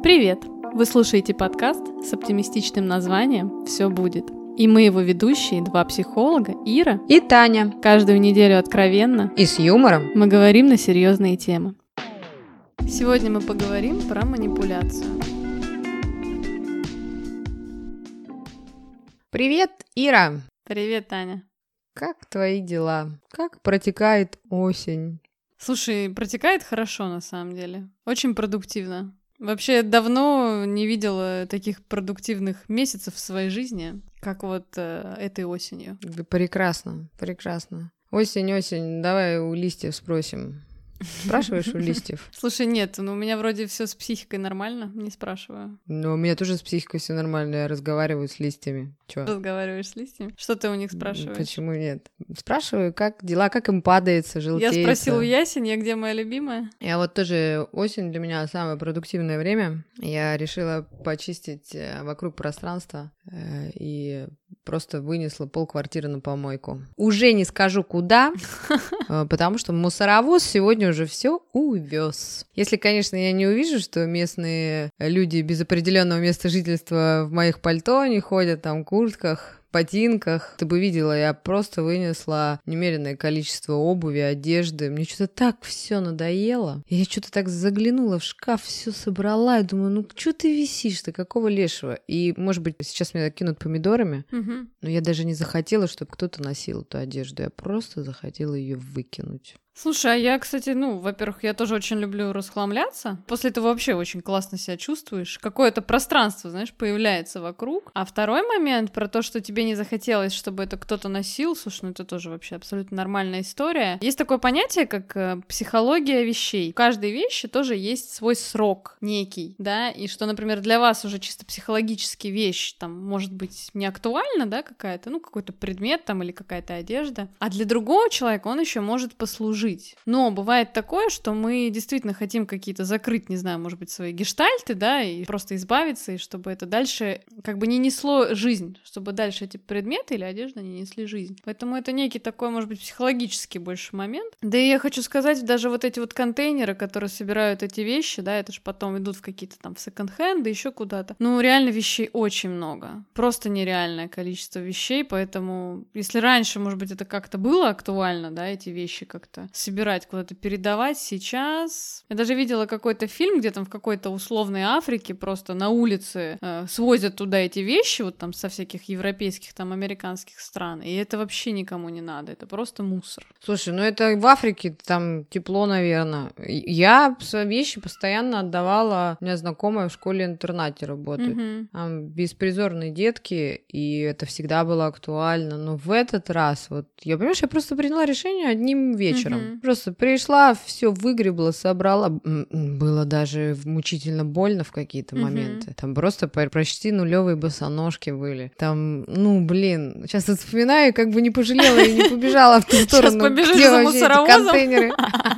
Привет! Вы слушаете подкаст с оптимистичным названием «Все будет». И мы его ведущие, два психолога, Ира и Таня. Каждую неделю откровенно и с юмором мы говорим на серьезные темы. Сегодня мы поговорим про манипуляцию. Привет, Ира! Привет, Таня! Как твои дела? Как протекает осень? Слушай, протекает хорошо на самом деле. Очень продуктивно. Вообще, давно не видела таких продуктивных месяцев в своей жизни, как вот этой осенью. Прекрасно, прекрасно. Осень, давай у листьев спросим. Спрашиваешь у листьев? Слушай, нет, у меня вроде все с психикой нормально, не спрашиваю. Ну, у меня тоже с психикой все нормально, я разговариваю с листьями. Чё? Разговариваешь с листьями? Что ты у них спрашиваешь? Почему нет? Спрашиваю, как дела, как им падается, желтеется. Я спросила у ясенья, где моя любимая. Я вот тоже, осень для меня самое продуктивное время. Я решила почистить вокруг пространства и просто вынесла полквартиры на помойку. Уже не скажу куда, потому что мусоровоз сегодня уже все увез. Если, конечно, я не увижу, что местные люди без определенного места жительства в моих пальто не ходят, там, куртках, ботинках. Ты бы видела, я просто вынесла немеренное количество обуви, одежды. Мне что-то так все надоело. Я что-то так заглянула в шкаф, все собрала. И думаю, ну что ты висишь-то, какого лешего? И, может быть, сейчас меня кинут помидорами, но я даже не захотела, чтобы кто-то носил эту одежду. Я просто захотела ее выкинуть. Слушай, а я, кстати, во-первых, я тоже очень люблю расхламляться. После этого вообще очень классно себя чувствуешь. Какое-то пространство, знаешь, появляется вокруг. А второй момент про то, что тебе не захотелось, чтобы это кто-то носил, слушай, это тоже вообще абсолютно нормальная история. Есть такое понятие, как психология вещей. У каждой вещи тоже есть свой срок некий, да, и что, например, для вас уже чисто психологически вещь, там, может быть, не актуальна, да, какая-то, какой-то предмет там или какая-то одежда, а для другого человека он еще может послужить. Но бывает такое, что мы действительно хотим какие-то закрыть, не знаю, может быть, свои гештальты, да, и просто избавиться, и чтобы это дальше как бы не несло жизнь, чтобы дальше эти предметы или одежда не несли жизнь. Поэтому это некий такой, может быть, психологический больше момент. Да и я хочу сказать, даже вот эти вот контейнеры, которые собирают эти вещи, да, это же потом идут в какие-то там в секонд-хенды, еще куда-то. Реально вещей очень много. Просто нереальное количество вещей, поэтому если раньше, может быть, это как-то было актуально, да, эти вещи как-то собирать, куда-то передавать, сейчас... Я даже видела какой-то фильм, где там в какой-то условной Африке просто на улице свозят туда эти вещи, вот там со всяких европейских, там, американских стран, и это вообще никому не надо, это просто мусор. Слушай, это в Африке, там тепло, наверное. Я свои вещи постоянно отдавала, у меня знакомая в школе-интернате работает. Там беспризорные детки, и это всегда было актуально, но в этот раз, я просто приняла решение одним вечером. Просто пришла, все выгребла, собрала. Было даже мучительно больно в какие-то моменты. Там просто почти нулевые босоножки были. Там, сейчас вспоминаю, как бы не пожалела и не побежала в ту сторону. Сейчас побежишь за мусоровозом. Контейнеры.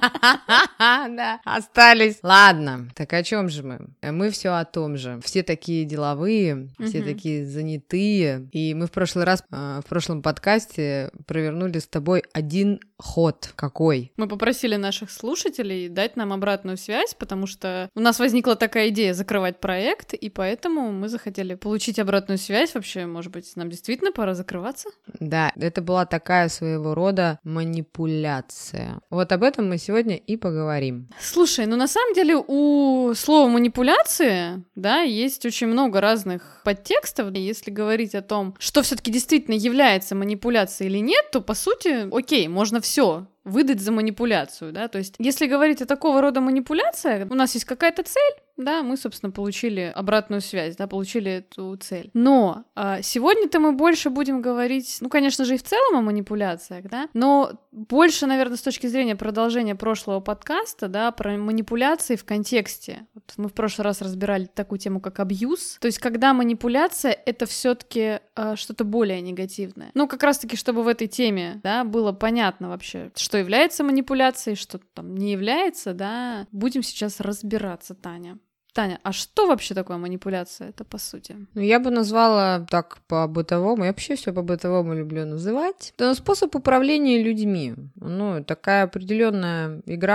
Да, остались. Ладно, так о чем же мы? Мы все о том же. Все такие деловые, все такие занятые. И мы в прошлый раз, в прошлом подкасте провернули с тобой один ход. Какой? Мы попросили наших слушателей дать нам обратную связь, потому что у нас возникла такая идея закрывать проект, и поэтому мы захотели получить обратную связь. Вообще, может быть, нам действительно пора закрываться? Да, это была такая своего рода манипуляция. Вот об этом мы сегодня и поговорим. Слушай, на самом деле у слова манипуляция, да, есть очень много разных подтекстов. Если говорить о том, что все-таки действительно является манипуляцией или нет, то по сути, окей, можно все выдать за манипуляцию, да, то есть если говорить о такого рода манипуляции, у нас есть какая-то цель, да, мы, собственно, получили обратную связь, да, получили эту цель. Но сегодня-то мы больше будем говорить, конечно же, и в целом о манипуляциях, да, но больше, наверное, с точки зрения продолжения прошлого подкаста, да, про манипуляции в контексте. Вот мы в прошлый раз разбирали такую тему, как абьюз, то есть когда манипуляция — это все-таки что-то более негативное. Как раз-таки, чтобы в этой теме, да, было понятно вообще, что является манипуляцией, что там не является, да, будем сейчас разбираться, Таня. Таня, а что вообще такое манипуляция? Это по сути? Я бы назвала так по-бытовому. Я вообще все по-бытовому люблю называть. Это способ управления людьми. Такая определенная игра,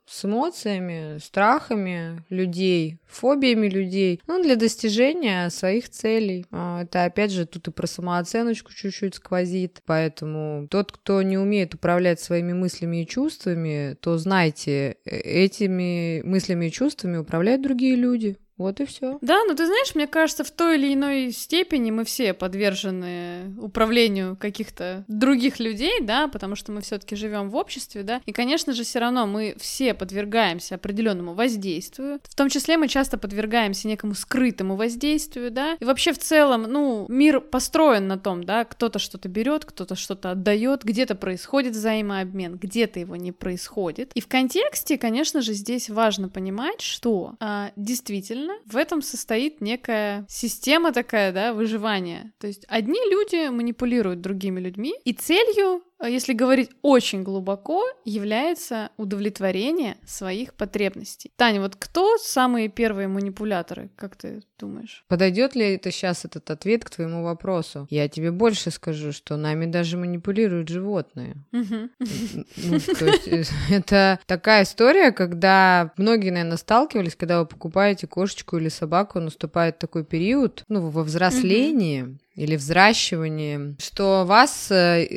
с эмоциями, страхами людей, фобиями людей, для достижения своих целей. Это, опять же, тут и про самооценочку чуть-чуть сквозит, поэтому тот, кто не умеет управлять своими мыслями и чувствами, то знайте, этими мыслями и чувствами управляют другие люди. Вот и все. Да, но ты знаешь, мне кажется, в той или иной степени мы все подвержены управлению каких-то других людей, да, потому что мы все-таки живем в обществе, да, и, конечно же, все равно мы все подвергаемся определенному воздействию. В том числе мы часто подвергаемся некому скрытому воздействию, да, и вообще в целом, мир построен на том, да, кто-то что-то берет, кто-то что-то отдает, где-то происходит взаимообмен, где-то его не происходит. И в контексте, конечно же, здесь важно понимать, что действительно в этом состоит некая система такая, да, выживания. То есть одни люди манипулируют другими людьми, и целью, если говорить очень глубоко, является удовлетворение своих потребностей. Таня, вот кто самые первые манипуляторы, как ты думаешь? Подойдет ли это сейчас этот ответ к твоему вопросу? Я тебе больше скажу, что нами даже манипулируют животные. То есть это такая история, когда многие, наверное, сталкивались, когда вы покупаете кошечку или собаку, наступает такой период, во взрослении, или взращивании, что вас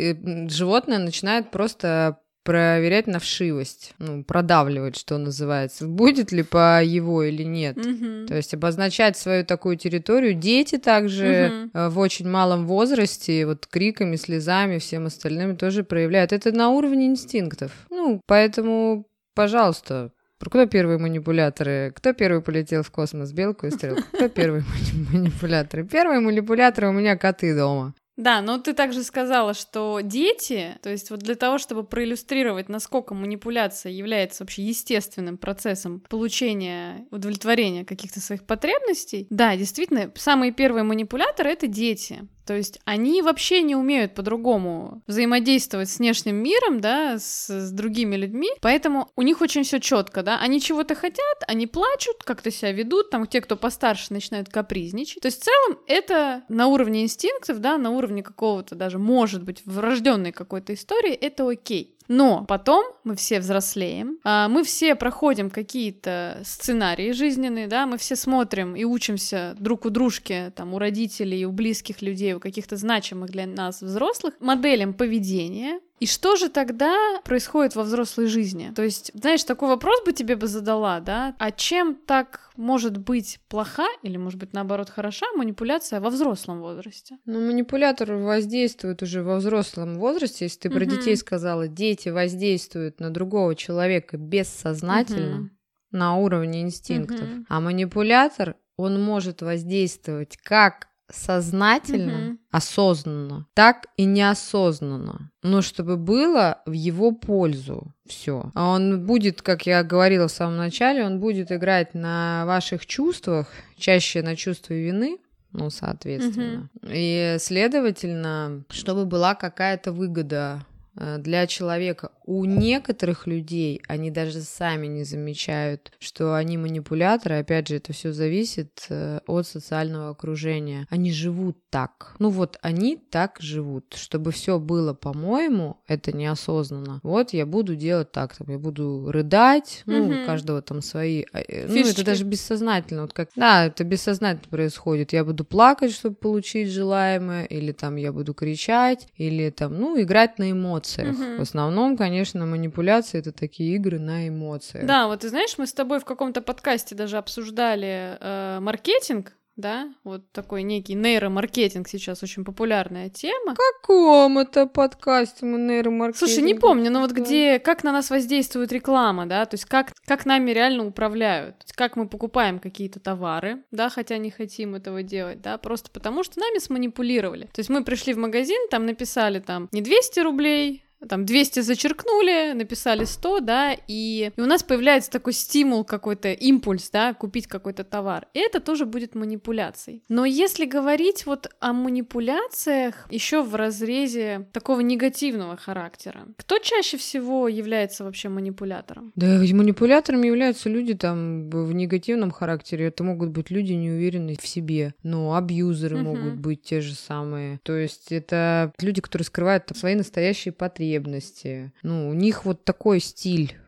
животное начинает просто проверять на вшивость, продавливать, что называется, будет ли по его или нет. То есть обозначать свою такую территорию. Дети также в очень малом возрасте вот криками, слезами, всем остальным тоже проявляют. Это на уровне инстинктов. Поэтому, пожалуйста, кто первые манипуляторы? Кто первый полетел в космос? Белку и стрелку? Кто первые манипуляторы? Первые манипуляторы у меня коты дома. Да, но ты также сказала, что дети, то есть вот для того, чтобы проиллюстрировать, насколько манипуляция является вообще естественным процессом получения удовлетворения каких-то своих потребностей, да, действительно, самые первые манипуляторы — это дети. То есть они вообще не умеют по-другому взаимодействовать с внешним миром, да, с другими людьми, поэтому у них очень все четко, да, они чего-то хотят, они плачут, как-то себя ведут, там те, кто постарше, начинают капризничать. То есть в целом это на уровне инстинктов, да, на уровне какого-то даже, может быть, врожденной какой-то истории, это окей. Но потом мы все взрослеем, мы все проходим какие-то сценарии жизненные, да, мы все смотрим и учимся друг у дружки, там, у родителей, у близких людей, у каких-то значимых для нас взрослых, моделям поведения. И что же тогда происходит во взрослой жизни? То есть, знаешь, такой вопрос бы тебе задала, да? А чем так может быть плоха или, может быть, наоборот, хороша манипуляция во взрослом возрасте? Манипулятор воздействует уже во взрослом возрасте. Если ты про детей сказала, дети воздействуют на другого человека бессознательно, на уровне инстинктов. А манипулятор, он может воздействовать как сознательно, осознанно, так и неосознанно, но чтобы было в его пользу все. А он будет, как я говорила в самом начале, он будет играть на ваших чувствах, чаще на чувстве вины, соответственно. И, следовательно, чтобы была какая-то выгода для человека. У некоторых людей они даже сами не замечают, что они манипуляторы. Опять же, это все зависит от социального окружения. Они живут так. Они так живут. Чтобы все было, по-моему, это неосознанно. Я буду делать так. Я буду рыдать. У каждого там свои... это даже бессознательно. Это бессознательно происходит. Я буду плакать, чтобы получить желаемое. Или я буду кричать. Или играть на эмоциях. В основном, конечно, манипуляции — это такие игры на эмоциях. Да, ты знаешь, мы с тобой в каком-то подкасте даже обсуждали маркетинг, да, вот такой некий нейромаркетинг сейчас очень популярная тема. В каком это подкасте мы нейромаркетинг? Слушай, не помню, но как на нас воздействует реклама, да, то есть как нами реально управляют, то есть как мы покупаем какие-то товары, да, хотя не хотим этого делать, да, просто потому что нами сманипулировали. То есть мы пришли в магазин, там написали не 200 рублей, 200 зачеркнули, написали 100, да, и у нас появляется такой стимул какой-то, импульс, да, купить какой-то товар. И это тоже будет манипуляцией. Но если говорить о манипуляциях еще в разрезе такого негативного характера, кто чаще всего является вообще манипулятором? Да, манипуляторами являются люди в негативном характере. Это могут быть люди, неуверенные в себе. Абьюзеры могут быть те же самые. То есть это люди, которые скрывают свои настоящие потребности. У них такой стиль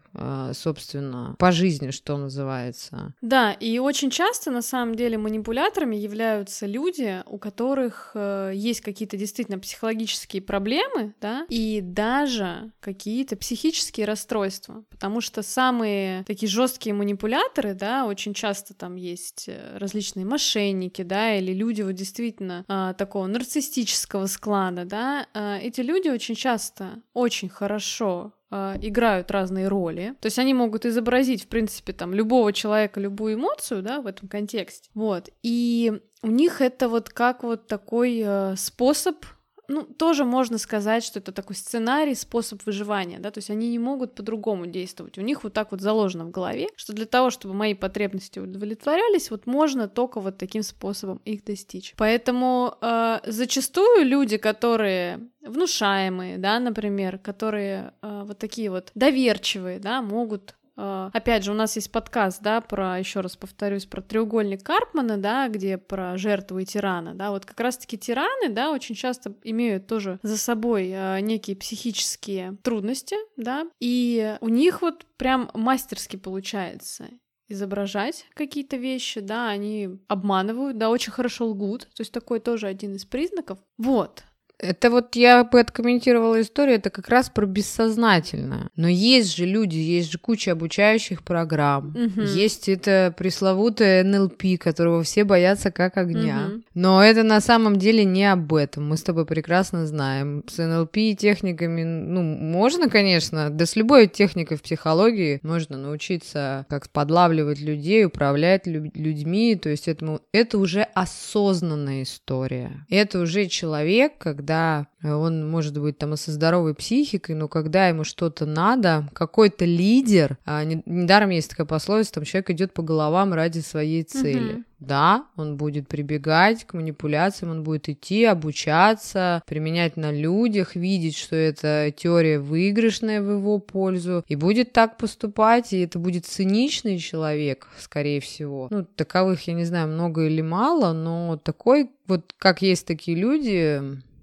собственно, по жизни, что называется. Да, и очень часто, на самом деле, манипуляторами являются люди, у которых есть какие-то действительно психологические проблемы, да, и даже какие-то психические расстройства, потому что самые такие жесткие манипуляторы, да, очень часто там есть различные мошенники, да, или люди вот действительно такого нарциссического склада, да, эти люди очень часто очень хорошо играют разные роли. То есть они могут изобразить, в принципе, там, любого человека, любую эмоцию, да, в этом контексте. Вот. И у них это вот как вот такой способ, ну, тоже можно сказать, что это такой сценарий, способ выживания, да, то есть они не могут по-другому действовать. У них вот так вот заложено в голове, что для того, чтобы мои потребности удовлетворялись, вот можно только вот таким способом их достичь. Поэтому зачастую люди, которые внушаемые, да, например, которые вот такие вот доверчивые, да, могут... Опять же, у нас есть подкаст, да, про, еще раз повторюсь, про треугольник Карпмана, да, где про жертву и тирана, да, вот как раз-таки тираны, да, очень часто имеют тоже за собой некие психические трудности, да, и у них вот прям мастерски получается изображать какие-то вещи, да, они обманывают, да, очень хорошо лгут, то есть такой тоже один из признаков, вот. Это вот я бы откомментировала историю, это как раз про бессознательное. Но есть же люди, есть же куча обучающих программ, есть это пресловутое НЛП, которого все боятся как огня. Но это на самом деле не об этом, мы с тобой прекрасно знаем. С НЛП и техниками, ну, можно, конечно, да с любой техникой в психологии можно научиться как подлавливать людей, управлять людьми, то есть это уже осознанная история. Это уже человек, когда он может быть там и со здоровой психикой, но когда ему что-то надо, какой-то лидер, недаром есть такая пословица, там человек идет по головам ради своей цели. Да, он будет прибегать к манипуляциям, он будет идти, обучаться, применять на людях, видеть, что эта теория выигрышная в его пользу, и будет так поступать, и это будет циничный человек, скорее всего. Ну, таковых, я не знаю, много или мало, но такой, вот как есть такие люди...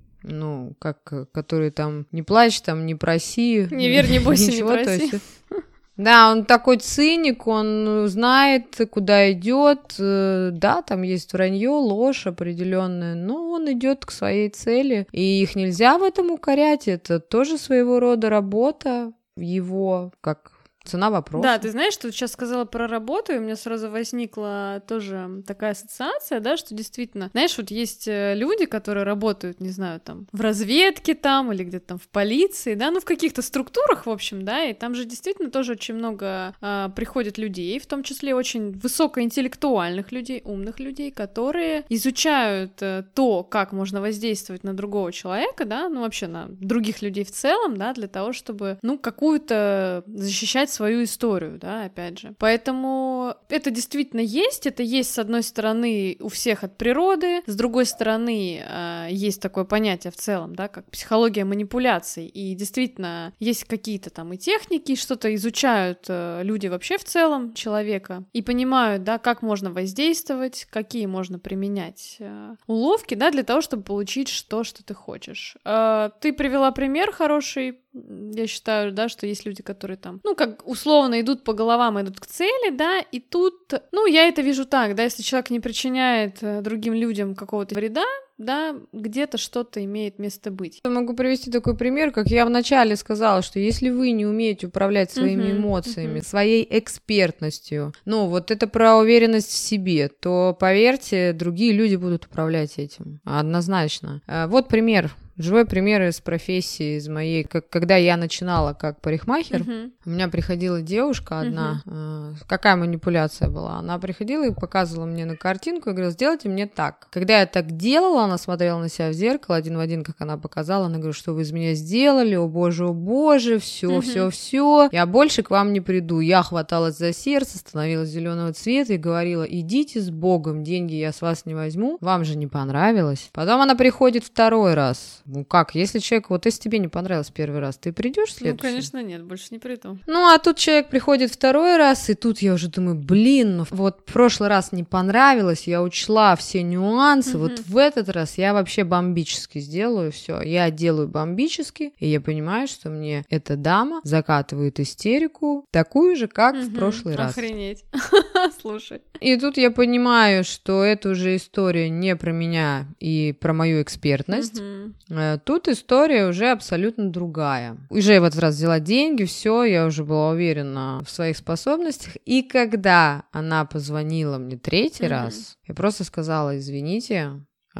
Ну, как, которые там не плачь, там не проси. Не верь, не бойся, не проси. Да, он такой циник, он знает, куда идет. Да, там есть вранье, ложь определенная, но он идет к своей цели. И их нельзя в этом укорять. Это тоже своего рода работа его, как цена вопроса. Да, ты знаешь, ты сейчас сказала про работу, и у меня сразу возникла тоже такая ассоциация, да, что действительно, знаешь, вот есть люди, которые работают, не знаю, там, в разведке там, или где-то там в полиции, да, ну, в каких-то структурах, в общем, да, и там же действительно тоже очень много приходит людей, в том числе очень высокоинтеллектуальных людей, умных людей, которые изучают то, как можно воздействовать на другого человека, да, ну, вообще на других людей в целом, да, для того, чтобы, ну, какую-то защищать свою историю, да, опять же. Поэтому это действительно есть, это есть, с одной стороны, у всех от природы, с другой стороны, есть такое понятие в целом, да, как психология манипуляций, и действительно есть какие-то там и техники, что-то изучают люди вообще в целом человека, и понимают, да, как можно воздействовать, какие можно применять уловки, да, для того, чтобы получить то, что ты хочешь. Ты привела пример хороший. Я считаю, да, что есть люди, которые там, ну, как условно идут по головам, идут к цели, да, и тут, ну, я это вижу так, да, если человек не причиняет другим людям какого-то вреда, да, где-то что-то имеет место быть. Я могу привести такой пример, как я вначале сказала, что если вы не умеете управлять своими эмоциями, своей экспертностью, ну, вот это про уверенность в себе, то, поверьте, другие люди будут управлять этим, однозначно. Вот пример. Живой пример из профессии, из моей, когда я начинала как парикмахер, у меня приходила девушка одна, какая манипуляция была, она приходила и показывала мне на картинку и говорила, сделайте мне так. Когда я так делала, она смотрела на себя в зеркало, один в один, как она показала, она говорит, что вы из меня сделали, о боже, все, я больше к вам не приду. Я хваталась за сердце, становилась зеленого цвета и говорила, идите с Богом, деньги я с вас не возьму, вам же не понравилось. Потом она приходит второй раз. Ну как, если человек, вот если тебе не понравилось первый раз, ты придешь в следующий? Ну, конечно, нет, больше не приду. Ну, а тут человек приходит второй раз, и тут я уже думаю, блин, ну вот в прошлый раз не понравилось, я учла все нюансы, вот в этот раз я вообще бомбически сделаю все. Я делаю бомбически, и я понимаю, что мне эта дама закатывает истерику, такую же, как в прошлый раз. Охренеть. Слушай. И тут я понимаю, что это уже история не про меня и про мою экспертность. Тут история уже абсолютно другая. Уже я в этот раз взяла деньги, все, я уже была уверена в своих способностях. И когда она позвонила мне третий раз, я просто сказала: извините,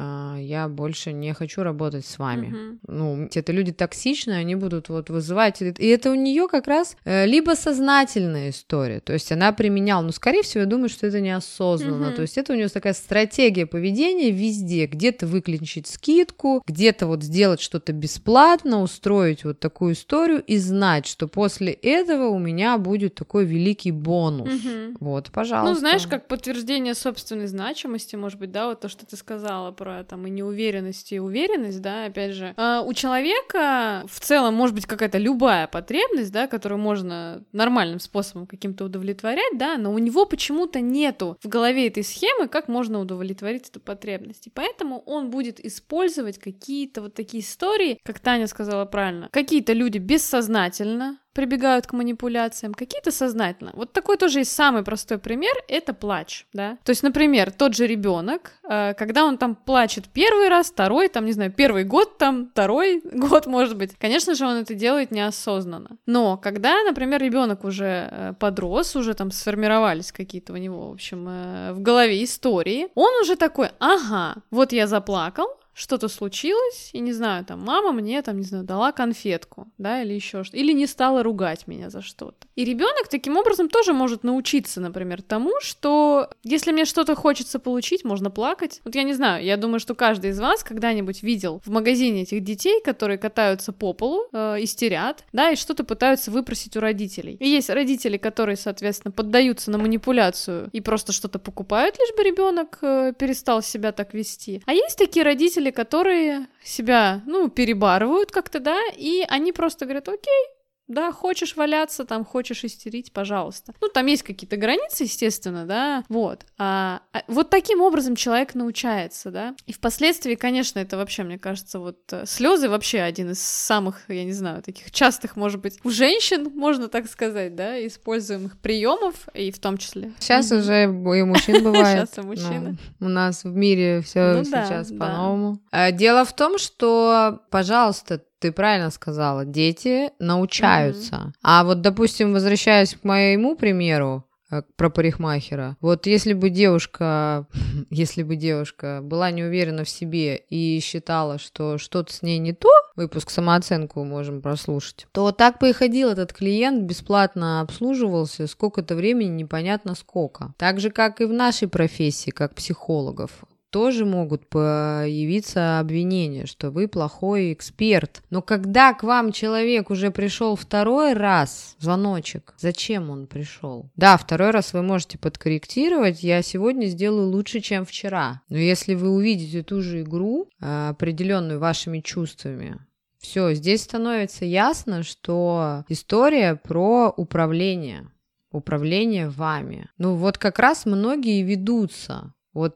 я больше не хочу работать с вами. Ну, это люди токсичные, они будут вот вызывать. И это у нее как раз либо сознательная история, то есть она применяла, но, скорее всего, я думаю, что это неосознанно. То есть это у нее такая стратегия поведения везде. Где-то выключить скидку, где-то вот сделать что-то бесплатно, устроить вот такую историю и знать, что после этого у меня будет такой великий бонус. Вот, пожалуйста. Ну, знаешь, как подтверждение собственной значимости, может быть, да, вот то, что ты сказала про там и неуверенность, и уверенность, да, опять же. У человека в целом может быть какая-то любая потребность, да, которую можно нормальным способом каким-то удовлетворять, да, но у него почему-то нету в голове этой схемы, как можно удовлетворить эту потребность. И поэтому он будет использовать какие-то вот такие истории, как Таня сказала правильно, какие-то люди бессознательно прибегают к манипуляциям, какие-то сознательно. Вот такой тоже есть самый простой пример, это плач, да. То есть, например, тот же ребенок, когда он там плачет первый раз, второй, там, не знаю, первый год, там, второй год, может быть, конечно же, он это делает неосознанно. Но когда, например, ребенок уже подрос, уже там сформировались какие-то у него, в общем, в голове истории, он уже такой: ага, вот я заплакал, что-то случилось, и, не знаю, там, мама мне, там, не знаю, дала конфетку, да, или еще что-то, или не стала ругать меня за что-то. И ребенок таким образом тоже может научиться, например, тому, что если мне что-то хочется получить, можно плакать. Вот я не знаю, я думаю, что каждый из вас когда-нибудь видел в магазине этих детей, которые катаются по полу, истерят, да, и что-то пытаются выпросить у родителей. И есть родители, которые, соответственно, поддаются на манипуляцию и просто что-то покупают, лишь бы ребенок перестал себя так вести. А есть такие родители, которые себя, ну, перебарывают как-то, да, и они просто говорят: окей, да, хочешь валяться, там, хочешь истерить, пожалуйста. Ну, там есть какие-то границы, естественно, да, вот. Вот таким образом человек научается, да. И впоследствии, конечно, это вообще, мне кажется, вот слезы вообще один из самых, я не знаю, таких частых, может быть, у женщин, можно так сказать, да, используемых приемов, и в том числе. Сейчас уже и у мужчин бывает. Сейчас и мужчины. У нас в мире все сейчас по-новому. Дело в том, что, пожалуйста, ты правильно сказала, дети научаются. А вот, допустим, возвращаясь к моему примеру про парикмахера, вот если бы девушка была не уверена в себе и считала, что что-то с ней не то, выпуск «Самооценку» можем прослушать, то так бы и ходил этот клиент, бесплатно обслуживался сколько-то времени, непонятно сколько. Так же, как и в нашей профессии, как психологов. Тоже могут появиться обвинения, что вы плохой эксперт. Но когда к вам человек уже пришел второй раз, звоночек, зачем он пришел? Да, второй раз вы можете подкорректировать, я сегодня сделаю лучше, чем вчера. Но если вы увидите ту же игру, определенную вашими чувствами, все, здесь становится ясно, что история про управление вами. Ну вот как раз многие ведутся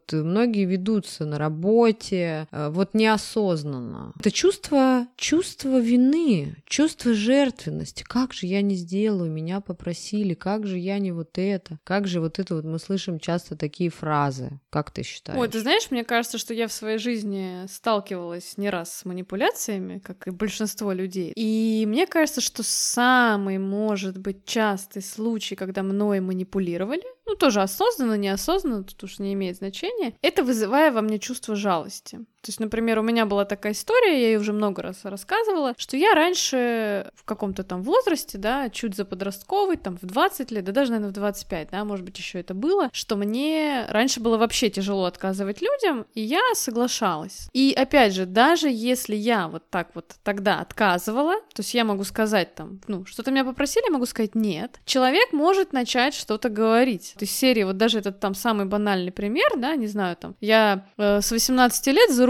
на работе, вот неосознанно. Это чувство вины, чувство жертвенности. Как же я не сделаю, меня попросили, как же я не вот это, как же вот это вот мы слышим часто такие фразы. Как ты считаешь? Ой, ты знаешь, мне кажется, что я в своей жизни сталкивалась не раз с манипуляциями, как и большинство людей. И мне кажется, что самый, может быть, частый случай, когда мной манипулировали, ну, тоже осознанно, неосознанно, тут уж не имеет значения, это вызывая во мне чувство жалости. То есть, например, у меня была такая история, я ее уже много раз рассказывала, что я раньше в каком-то там возрасте, да, чуть за подростковый, там в 20 лет, да даже, наверное, в 25, да, может быть, еще это было, что мне раньше было вообще тяжело отказывать людям, и я соглашалась. И опять же, даже если я вот так вот тогда отказывала, то есть я могу сказать там, ну, что-то меня попросили, я могу сказать нет, человек может начать что-то говорить. То есть серии, вот даже этот там самый банальный пример, да, не знаю, там, я с 18 лет за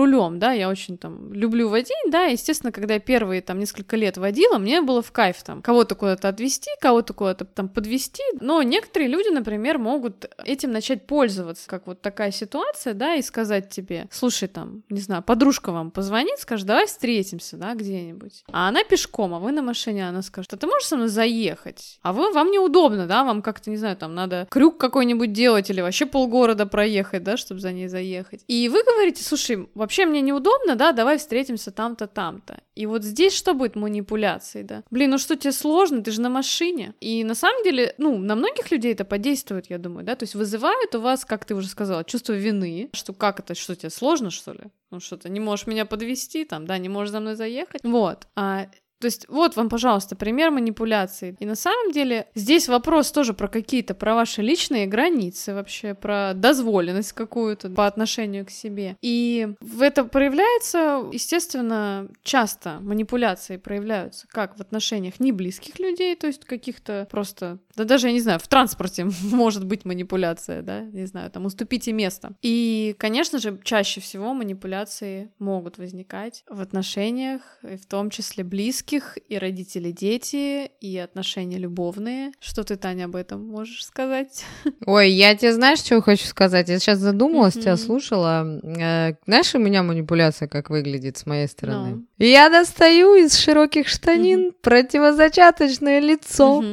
рулем, да, я очень там люблю водить, да, естественно, когда я первые там несколько лет водила, мне было в кайф там кого-то куда-то отвезти, кого-то куда-то там подвезти, но некоторые люди, например, могут этим начать пользоваться, как вот такая ситуация, да, и сказать тебе: слушай, там, не знаю, подружка вам позвонит, скажет: давай встретимся, да, где-нибудь, а она пешком, а вы на машине, она скажет: а ты можешь со мной заехать? А вам неудобно, да, вам как-то, не знаю, там надо крюк какой-нибудь делать или вообще полгорода проехать, да, чтобы за ней заехать. И вы говорите: слушай, вообще мне неудобно, да, давай встретимся там-то, там-то. И вот здесь что будет манипуляцией, да? Блин, ну что тебе сложно, ты же на машине. И на самом деле, ну, на многих людей это подействует, я думаю, да, то есть вызывают у вас, как ты уже сказала, чувство вины, что как это, что тебе сложно, что ли? Ну что ты не можешь меня подвезти, там, да, не можешь за мной заехать. Вот. То есть вот вам, пожалуйста, пример манипуляции. И на самом деле здесь вопрос тоже про какие-то, про ваши личные границы вообще, про дозволенность какую-то по отношению к себе. И это проявляется, естественно, часто манипуляции проявляются как в отношениях неблизких людей, то есть каких-то просто, да даже, я не знаю, в транспорте может быть манипуляция, да, не знаю, там, уступите место. И, конечно же, чаще всего манипуляции могут возникать в отношениях, и в том числе близких, и родители, дети, и отношения любовные. Что ты, Таня, об этом можешь сказать? Ой, я тебе знаешь, что хочу сказать? Я сейчас задумалась, тебя слушала. Знаешь, у меня манипуляция как выглядит с моей стороны? Я достаю из широких штанин противозачаточное лицо.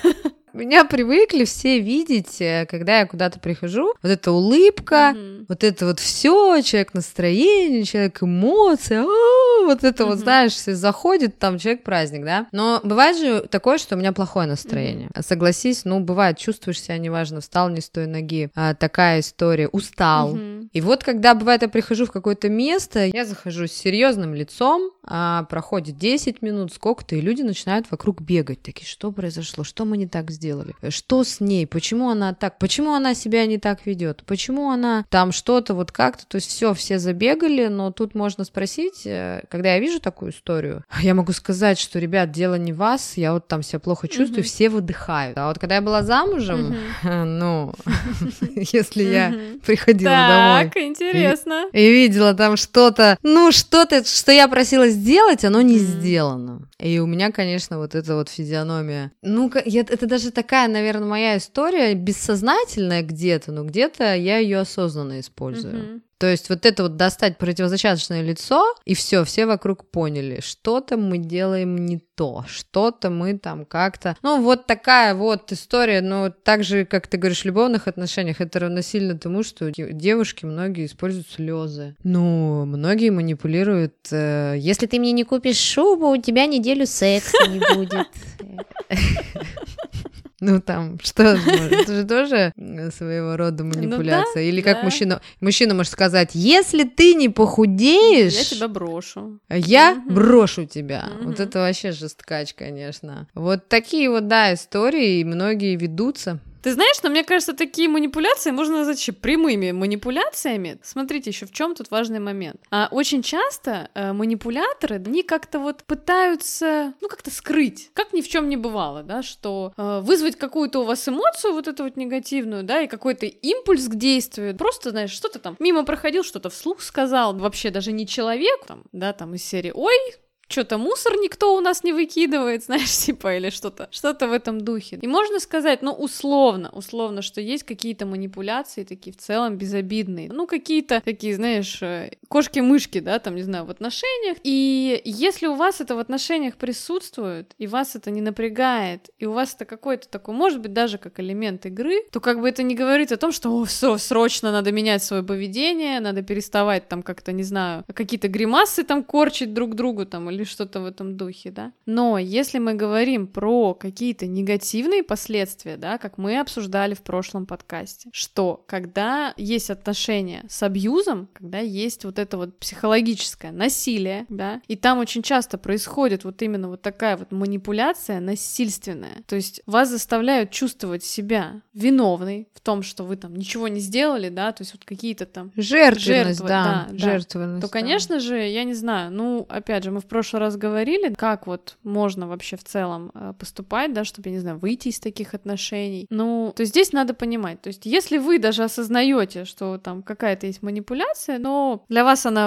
Меня привыкли все видеть, когда я куда-то прихожу, вот эта улыбка, вот это вот все, человек настроение, человек эмоции, вот это вот, знаешь, заходит, там человек-праздник, да? Но бывает же такое, что у меня плохое настроение. Согласись, ну, бывает, чувствуешь себя, неважно, встал не с той ноги, такая история, устал. И вот когда, бывает, я прихожу в какое-то место, я захожу с серьезным лицом, проходит 10 минут, сколько-то, и люди начинают вокруг бегать, такие: что произошло, что мы не так сделали? Что с ней? Почему она так? Почему она себя не так ведет? Почему она там что-то вот как-то? То есть все забегали, но тут можно спросить, когда я вижу такую историю, я могу сказать, что, ребят, дело не в вас, я вот там себя плохо чувствую, все выдыхают. А вот когда я была замужем, ну, если я приходила домой. Так, интересно. И видела там что-то, что я просила сделать, оно не сделано. И у меня, конечно, вот эта вот физиономия. Ну, это даже такая, наверное, моя история бессознательная где-то, но где-то я ее осознанно использую. То есть вот это вот достать противозачаточное лицо, и все вокруг поняли, что-то мы делаем не то, что-то мы там как-то... Ну, вот такая вот история, но так же, как ты говоришь, в любовных отношениях, это равносильно тому, что девушки многие используют слезы. Ну, многие манипулируют. Если ты мне не купишь шубу, у тебя неделю секса не будет. Ну, там, что это же тоже своего рода манипуляция. Ну, да, или как мужчина может сказать: если ты не похудеешь... Я тебя брошу. Я брошу тебя. Вот это вообще жесткач, конечно. Вот такие вот, да, истории, и многие ведутся. Ты знаешь, но мне кажется, такие манипуляции можно назвать еще прямыми манипуляциями. Смотрите, еще в чем тут важный момент. Очень часто манипуляторы, они как-то вот пытаются, ну, как-то скрыть, как ни в чем не бывало, да, что вызвать какую-то у вас эмоцию, вот эту вот негативную, да, и какой-то импульс к действию. Просто, знаешь, что-то там мимо проходил, что-то вслух сказал, вообще даже не человек, там, да, там из серии: ой, что-то мусор никто у нас не выкидывает, знаешь, типа, или что-то в этом духе. И можно сказать, ну, условно, что есть какие-то манипуляции такие в целом безобидные. Ну, какие-то такие, знаешь, кошки-мышки, да, там, не знаю, в отношениях. И если у вас это в отношениях присутствует, и вас это не напрягает, и у вас это какой-то такой, может быть, даже как элемент игры, то как бы это не говорит о том, что все, срочно надо менять свое поведение, надо переставать там как-то, не знаю, какие-то гримасы там корчить друг другу там, или что-то в этом духе, да. Но если мы говорим про какие-то негативные последствия, да, как мы обсуждали в прошлом подкасте, что когда есть отношения с абьюзом, когда есть вот это вот психологическое насилие, да, и там очень часто происходит вот именно вот такая вот манипуляция насильственная, то есть вас заставляют чувствовать себя виновной в том, что вы там ничего не сделали, да, то есть вот какие-то там жертвенность, жертвенность, то, конечно же, я не знаю, ну, опять же, мы в прошлый раз говорили, как вот можно вообще в целом поступать, да, чтобы, я не знаю, выйти из таких отношений. Ну, то есть здесь надо понимать, то есть если вы даже осознаете, что там какая-то есть манипуляция, но для вас она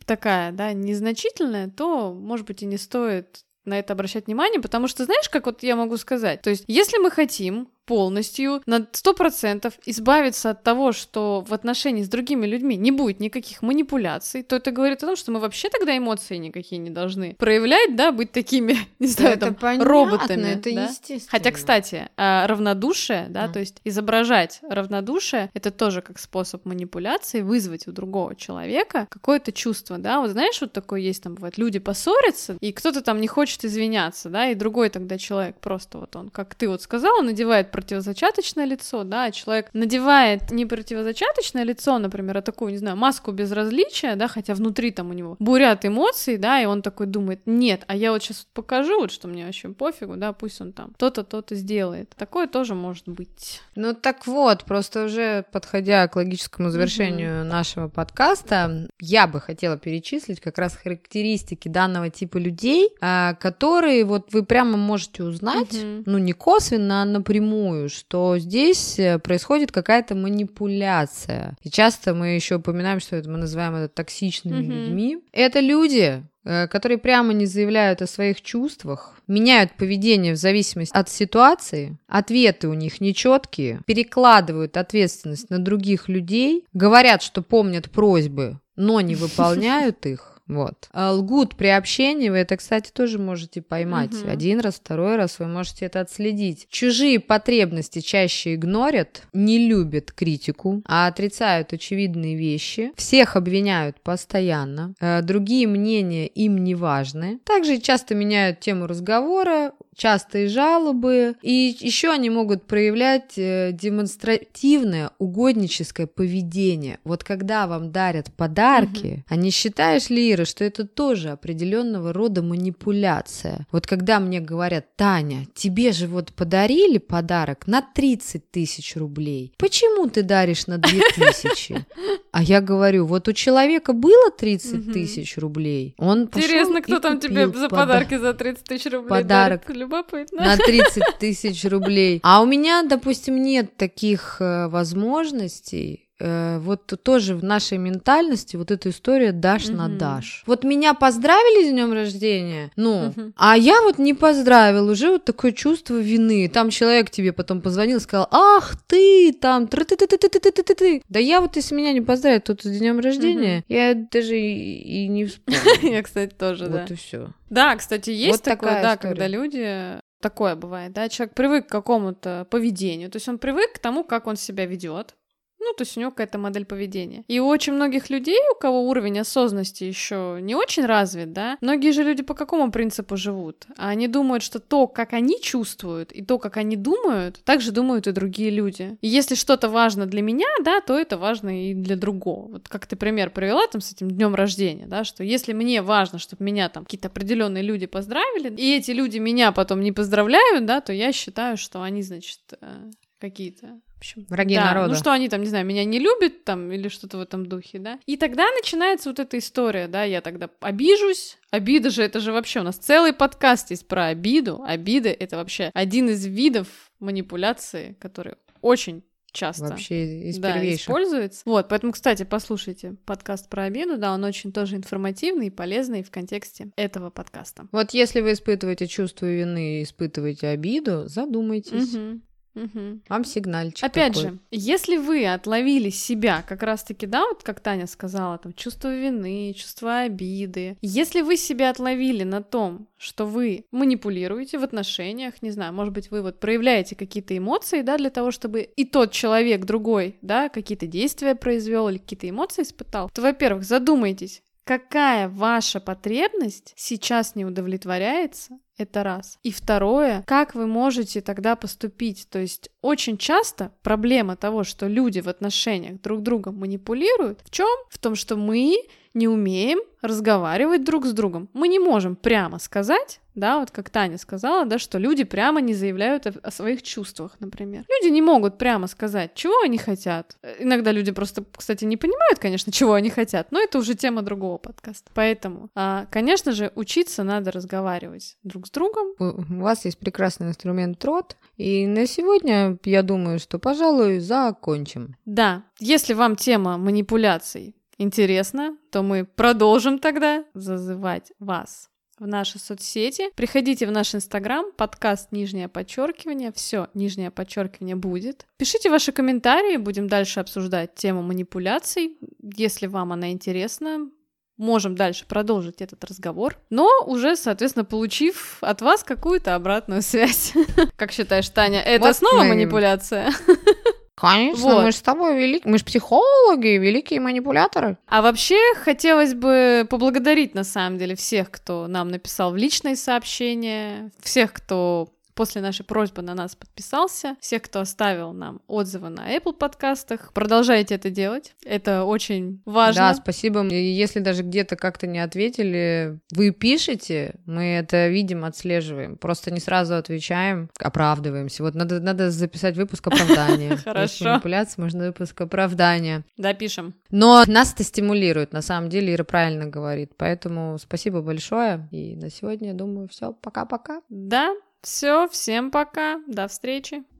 такая, да, незначительная, то, может быть, и не стоит на это обращать внимание, потому что, знаешь, как вот я могу сказать, то есть, если мы хотим полностью на 100% избавиться от того, что в отношении с другими людьми не будет никаких манипуляций, то это говорит о том, что мы вообще тогда эмоции никакие не должны проявлять, да, быть такими, не знаю, это там, понятно, роботами. это да? естественно. Хотя, кстати, равнодушие, да, то есть изображать равнодушие, это тоже как способ манипуляции, вызвать у другого человека какое-то чувство, да, вот знаешь, вот такое есть, там бывает, люди поссорятся, и кто-то там не хочет извиняться, да, и другой тогда человек просто вот он, как ты вот сказала, надевает противозачаточное лицо, да, человек надевает не противозачаточное лицо, например, а такую, не знаю, маску безразличия, да, хотя внутри там у него бурят эмоции, да, и он такой думает, нет, а я вот сейчас покажу, вот что мне вообще пофигу, да, пусть он там то-то, то-то сделает. Такое тоже может быть. Ну так вот, просто уже подходя к логическому завершению нашего подкаста, я бы хотела перечислить как раз характеристики данного типа людей, которые вот вы прямо можете узнать, ну не косвенно, а напрямую, что здесь происходит какая-то манипуляция. И часто мы еще упоминаем, что это мы называем это токсичными людьми. Это люди, которые прямо не заявляют о своих чувствах, меняют поведение в зависимости от ситуации, ответы у них нечеткие, перекладывают ответственность на других людей, говорят, что помнят просьбы, но не выполняют их. Вот. Лгут при общении, вы это, кстати, тоже можете поймать. Один раз, второй раз вы можете это отследить. Чужие потребности чаще игнорят, не любят критику, а отрицают очевидные вещи, всех обвиняют постоянно, другие мнения им не важны. Также часто меняют тему разговора, частые жалобы, и еще они могут проявлять демонстративное угодническое поведение. Вот когда вам дарят подарки, а не считаешь ли, Ира, что это тоже определенного рода манипуляция? Вот когда мне говорят, Таня, тебе же вот подарили подарок на 30 тысяч рублей, почему ты даришь на 2000? А я говорю, вот у человека было 30 тысяч рублей, он пошел. Интересно, кто и там тебе за подарки за 30 тысяч рублей подарок дарит? Любопытно. На 30 тысяч рублей. А у меня, допустим, нет таких возможностей. Вот тоже в нашей ментальности вот эта история дашь на дашь. Вот меня поздравили с днем рождения, а я вот не поздравил, уже вот такое чувство вины. Там человек тебе потом позвонил и сказал, ах ты, там, ты. Да я вот, если меня не поздравят тут с днем рождения, я даже и не вспомню. Я, кстати, тоже, да. Вот и все. Да, кстати, есть вот такое, да, когда люди... Такое бывает, да, человек привык к какому-то поведению, то есть он привык к тому, как он себя ведет. Ну, то есть у него какая-то модель поведения. И у очень многих людей, у кого уровень осознанности еще не очень развит, да, многие же люди по какому принципу живут? Они думают, что то, как они чувствуют, и то, как они думают, так же думают и другие люди. И если что-то важно для меня, да, то это важно и для другого. Вот как ты пример привела там с этим днем рождения, да, что если мне важно, чтобы меня там какие-то определенные люди поздравили, и эти люди меня потом не поздравляют, да, то я считаю, что они, значит, какие-то... Враги народа. Ну что они там, не знаю, меня не любят там или что-то в этом духе, да. И тогда начинается вот эта история, да, я тогда обижусь. Обида же, это же вообще у нас целый подкаст есть про обиду. Обида — это вообще один из видов манипуляции, который очень часто вообще из первейших используется. Вот, поэтому, кстати, послушайте подкаст про обиду, да, он очень тоже информативный и полезный в контексте этого подкаста. Вот если вы испытываете чувство вины и испытываете обиду, задумайтесь. Вам сигнальчик Опять такой. же, если вы отловили себя, как раз-таки, да, вот как Таня сказала, там, чувство вины, чувство обиды, если вы себя отловили на том, что вы манипулируете в отношениях, не знаю, может быть, вы вот проявляете какие-то эмоции, да, для того, чтобы и тот человек другой, да, какие-то действия произвел или какие-то эмоции испытал, то, во-первых, задумайтесь, какая ваша потребность сейчас не удовлетворяется. Это раз. И второе, как вы можете тогда поступить? То есть очень часто проблема того, что люди в отношениях друг другом манипулируют, в чем? В том, что мы не умеем разговаривать друг с другом. Мы не можем прямо сказать, да, вот как Таня сказала, да, что люди прямо не заявляют о своих чувствах, например. Люди не могут прямо сказать, чего они хотят. Иногда люди просто, кстати, не понимают, конечно, чего они хотят, но это уже тема другого подкаста. Поэтому, конечно же, учиться надо разговаривать друг с другом. У вас есть прекрасный инструмент рот, и на сегодня, я думаю, что, пожалуй, закончим. Да, если вам тема манипуляций интересно, то мы продолжим тогда зазывать вас в наши соцсети. Приходите в наш Инстаграм, подкаст _, все _, будет. Пишите ваши комментарии, будем дальше обсуждать тему манипуляций. Если вам она интересна, можем дальше продолжить этот разговор, но уже, соответственно, получив от вас какую-то обратную связь. Как считаешь, Таня, это снова манипуляция? Конечно, мы же с тобой мы же психологи, великие манипуляторы. А вообще, хотелось бы поблагодарить, на самом деле, всех, кто нам написал в личные сообщения, всех, кто после нашей просьбы на нас подписался, всех, кто оставил нам отзывы на Apple подкастах. Продолжайте это делать, это очень важно. Да, спасибо. Если даже где-то как-то не ответили, вы пишете, мы это видим, отслеживаем. Просто не сразу отвечаем, оправдываемся. Вот надо записать выпуск оправдания. Хорошо. Манипуляция, можно выпуск оправдания. Да, пишем. Но нас это стимулирует, на самом деле, Ира правильно говорит. Поэтому спасибо большое. И на сегодня, я думаю, все. Пока-пока. Да. Все, всем пока, до встречи.